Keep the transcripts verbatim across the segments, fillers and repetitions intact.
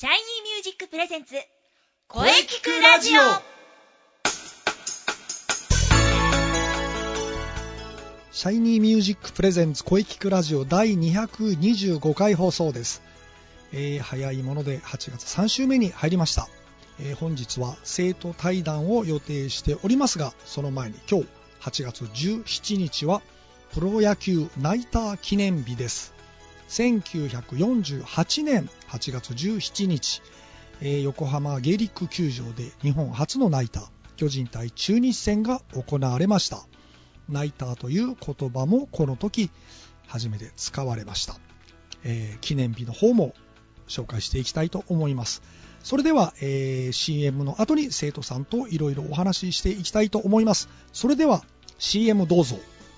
シャイニーミュージックプレゼンツ声聞くラジオ。 シャイニーミュージックプレゼンツ声聞くラジオだいにひゃくにじゅうごかい放送です。えー、早いものではちがつさん週目に入りました。えー、本日は生徒対談を予定しておりますが、その前に今日はちがつじゅうしちにちはプロ野球ナイター記念日です。せんきゅうひゃくよんじゅうはちねんはちがつじゅうしちにち、えー、横浜ゲイリック球場で日本初のナイター、巨人対中日戦が行われました。ナイターという言葉もこの時初めて使われました。えー、記念日の方も紹介していきたいと思います。それでは、えー、シーエム の後に生徒さんといろいろお話ししていきたいと思います。それでは シーエム どうぞ。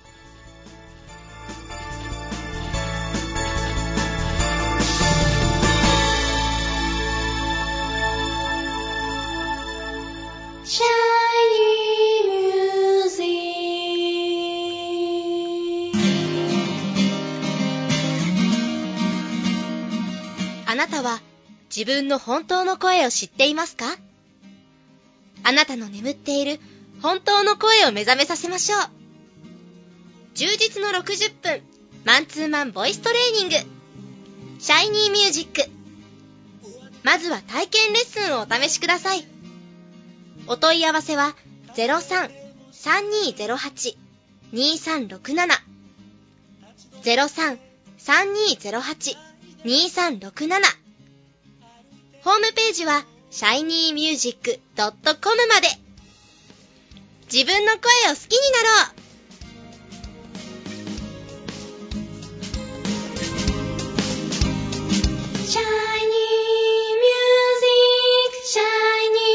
あなたは自分の本当の声を知っていますか？あなたの眠っている本当の声を目覚めさせましょう。充実のろくじゅっぷんマンツーマンボイストレーニング、シャイニーミュージック。まずは体験レッスンをお試しください。お問い合わせは ゼロさん さんにーゼロはち にーさんろくなな ゼロさん さんにーゼロはち にーさんろくなな。ホームページは シャイニーミュージックドットコム まで。自分の声を好きになろう。シャイニーミュージック、シャイニ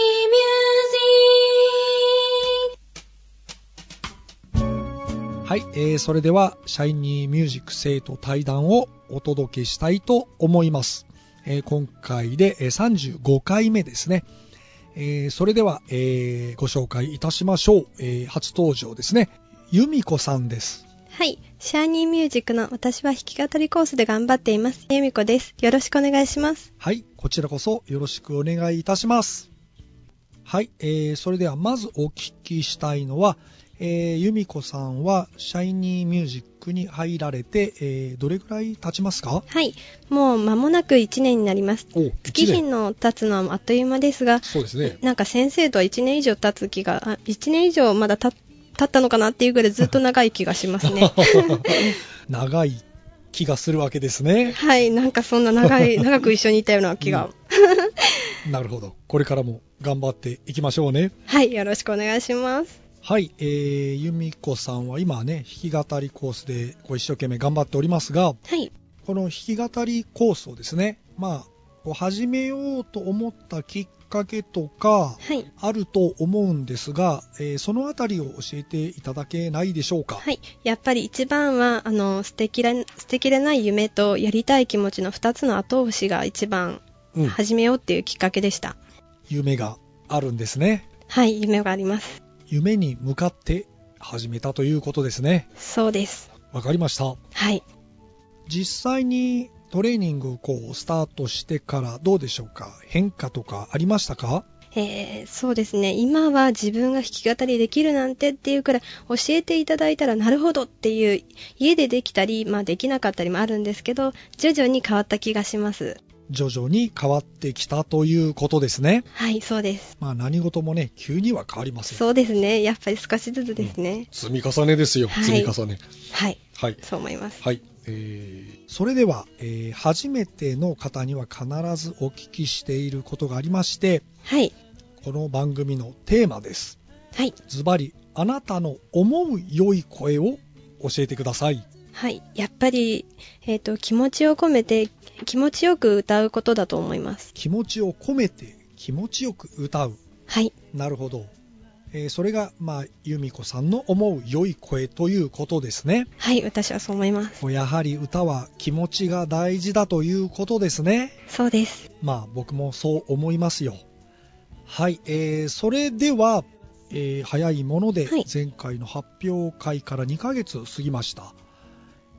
ーミュージック。 はい、えー、それではシャイニーミュージック生徒対談をお届けしたいと思います。えー、今回でさんじゅうごかいめですね。えー、それでは、えー、ご紹介いたしましょう。えー、初登場ですね。由美子さんです。 はい、シャイニーミュージックの私は弾き語りコースで頑張っています。由美子です。よろしくお願いします。 はい、こちらこそよろしくお願いいたします。はい、えー、それではまずお聞きしたいのは、えー、由美子さんはシャイニーミュージックに入られて、えー、どれくらい経ちますか？ はい、もう間もなくいちねんになります。月日の経つのはあっという間ですが、 そうですね、 なんか先生とはいちねん以上経つ気が、あいちねん以上まだ経ったのかなっていうぐらいずっと長い気がしますね。 長い気がするわけですね。 はい、なんかそんな長い長く一緒にいたような気が、 うん、なるほど。これからも頑張っていきましょうね。 はい、よろしくお願いします。 はい、えー、由美子さんは今ね弾き語りコースでこう一生懸命頑張っておりますが、 はい、 この弾き語りコースをですね、まあこう始めようと思ったきっかけとかあると思うんですが、はい、えー、そのあたりを教えていただけないでしょうか？ はい、やっぱり一番はあの素敵で、素敵でない夢とやりたい気持ちのふたつの後押しが一番始めようっていうきっかけでした。うん、 夢があるんですね。 はい、夢があります。 夢に向かって始めたということですね。 そうです。 わかりました。 はい。 実際にトレーニングをこうスタートしてからどうでしょうか？変化とかありましたか？ えー、そうですね。今は自分が弾き語りできるなんてっていうくらい教えていただいたらなるほどっていう、家でできたり、まあできなかったりもあるんですけど、徐々に変わった気がします。 徐々に変わってきたということですね。 はい、そうです。 まあ何事もね、急には変わりません。 そうですね。やっぱり少しずつですね。 うん、積み重ねですよ。はい、積み重ね。 はい。 はい。 そう思います。 はい。えー、それでは、えー、初めての方には必ずお聞きしていることがありまして、 はい。 この番組のテーマです。 はい。 ズバリ、あなたの思う良い声を教えてください。 はい。やっぱり、えっと、気持ちを込めて、気持ちよく歌うことだと思います。 気持ちを込めて、気持ちよく歌う。 はい。 なるほど。えー、それが、まあ、由美子さんの思う良い声ということですね。 はい、私はそう思います。 やはり歌は気持ちが大事だということですね。 そうです。 まあ、僕もそう思いますよ。はい、えー、それでは、えー、早いもので前回の発表会からにかげつ過ぎました。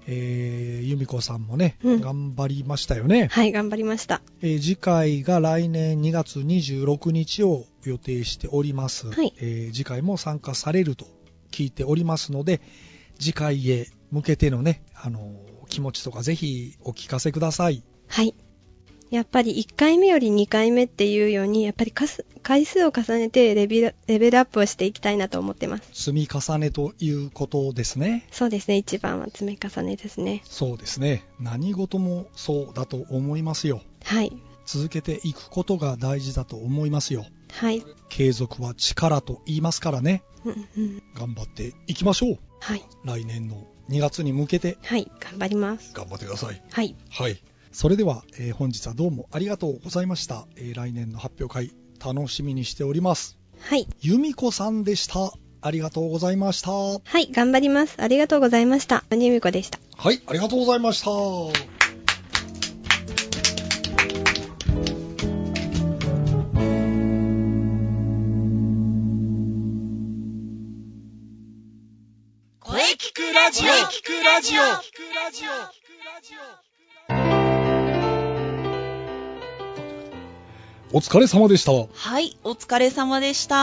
えー、由美子さんもね、 うん、 頑張りましたよね。 はい、頑張りました。 えー、次回が来年にがつにじゅうろくにちを予定しております。 はい、 えー、次回も参加されると聞いておりますので、次回へ向けてのね、あのー、気持ちとかぜひお聞かせください。 はい。やっぱりいっかいめよりにかいめっていうように、やっぱり回数を重ねてレベル、レベルアップをしていきたいなと思ってます。 積み重ねということですね。 そうですね。一番は積み重ねですね。 そうですね。何事もそうだと思いますよ。 はい。 続けていくことが大事だと思いますよ。 はい。 継続は力と言いますからね。 うんうん。 頑張っていきましょう。 はい。 来年のにがつに向けて。 はい。頑張ります。 頑張ってください。 はい。 はい。それでは、えー、本日はどうもありがとうございました。えー、来年の発表会楽しみにしております。 はい。 由美子さんでした。ありがとうございました。はい、頑張ります。ありがとうございました。由美子でした。 はい、ありがとうございました。 声聞くラジオ、声聞くラジオ、聞くラジオ。 お疲れ様でした。 はい、お疲れ様でした。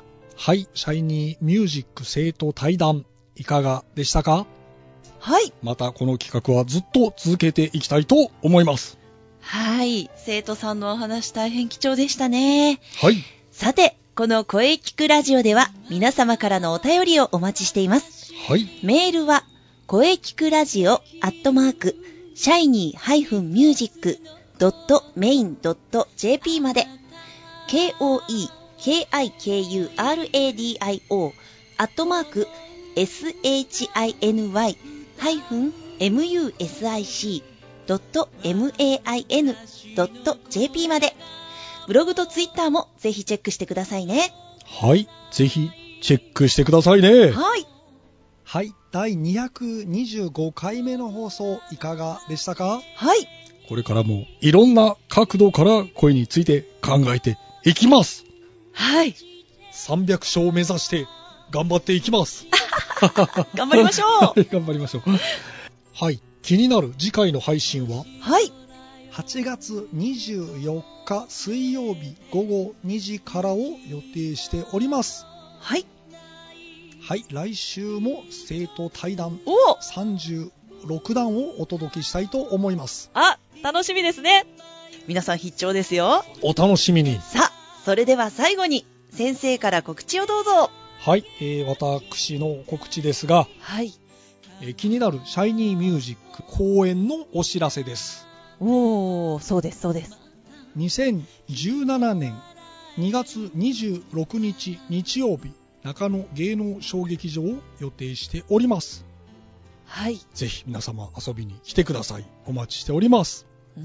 はい、シャイニーミュージック生徒対談いかがでしたか？ はい。 またこの企画はずっと続けていきたいと思います。 はい、生徒さんのお話大変貴重でしたね。 はい。 さて、この声聞くラジオでは皆様からのお便りをお待ちしています。 はい。 メールは声聞くラジオアットマークシャイニーハイフンミュージックドットメインドットジェーピー まで ケーオーイーケーアイケーユーアールエーディーアイオー アットマーク エスエイチアイエヌワイ ハイフン エムユーエスアイシー ドット メイン ドット ジェーピー まで。ブログとツイッターもぜひチェックしてくださいね。 はい、ぜひチェックしてくださいね。 はい。 はい、だいにひゃくにじゅうごかいめの放送いかがでしたか？ はい。 これからもいろんな角度から声について考えていきます。 はい。 さんびゃくしょうを目指して頑張っていきます。 頑張りましょう。 頑張りましょう。はい、気になる次回の配信は、 はい。 はちがつにじゅうよっか水曜日ごごにじからを予定しております。 はい。 はい、来週も生徒対談おさんじゅうろくだんをお届けしたいと思います。 あ、楽しみですね。皆さん必聴ですよ。 お楽しみに。 さあ、それでは最後に先生から告知をどうぞ。 はい、えー、私の告知ですが、 はい、 えー、気になるシャイニーミュージック公演のお知らせです。 おー、そうですそうです。 にせんじゅうななねんにがつにじゅうろくにち日曜日、中野芸能小劇場を予定しております。 はい。 ぜひ皆様遊びに来てください。お待ちしております。 うん、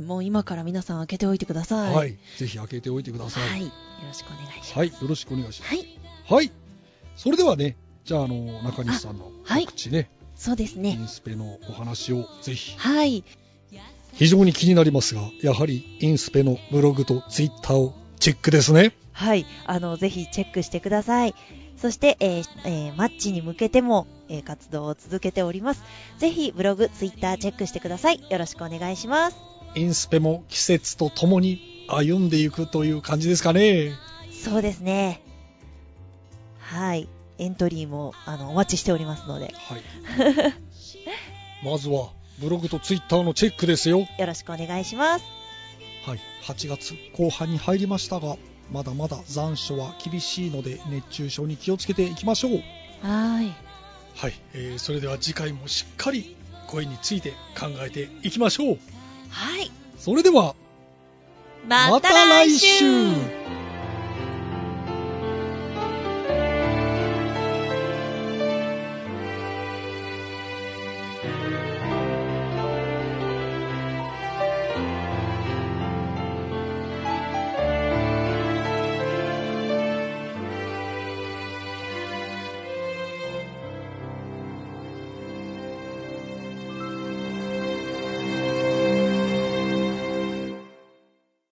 もう今から皆さん開けておいてください。 はい。ぜひ開けておいてください。 はい。よろしくお願いします。 はい。よろしくお願いします。 はい。 はい。それではね、じゃあ、あの、中西さんの告知ね。はい、 そうですね。 インスペのお話をぜひ。 はい。 非常に気になりますが、やはりインスペのブログとツイッターをチェックですね。 はい。あの、ぜひチェックしてください。そして、えーえー、マッチに向けても、えー、活動を続けております。ぜひブログ、ツイッターチェックしてください。よろしくお願いします。 インスペも季節とともに歩んでいくという感じですかね。 そうですね。はい。エントリーもあのお待ちしておりますので。 はい。まずはブログとツイッターのチェックですよ。 よろしくお願いします。 はい。はちがつこう半に入りましたが、まだまだ残暑は厳しいので熱中症に気をつけていきましょう。 はい。 はい、えー、それでは次回もしっかり声について考えていきましょう。 はい。 それではまた来週。 また来週。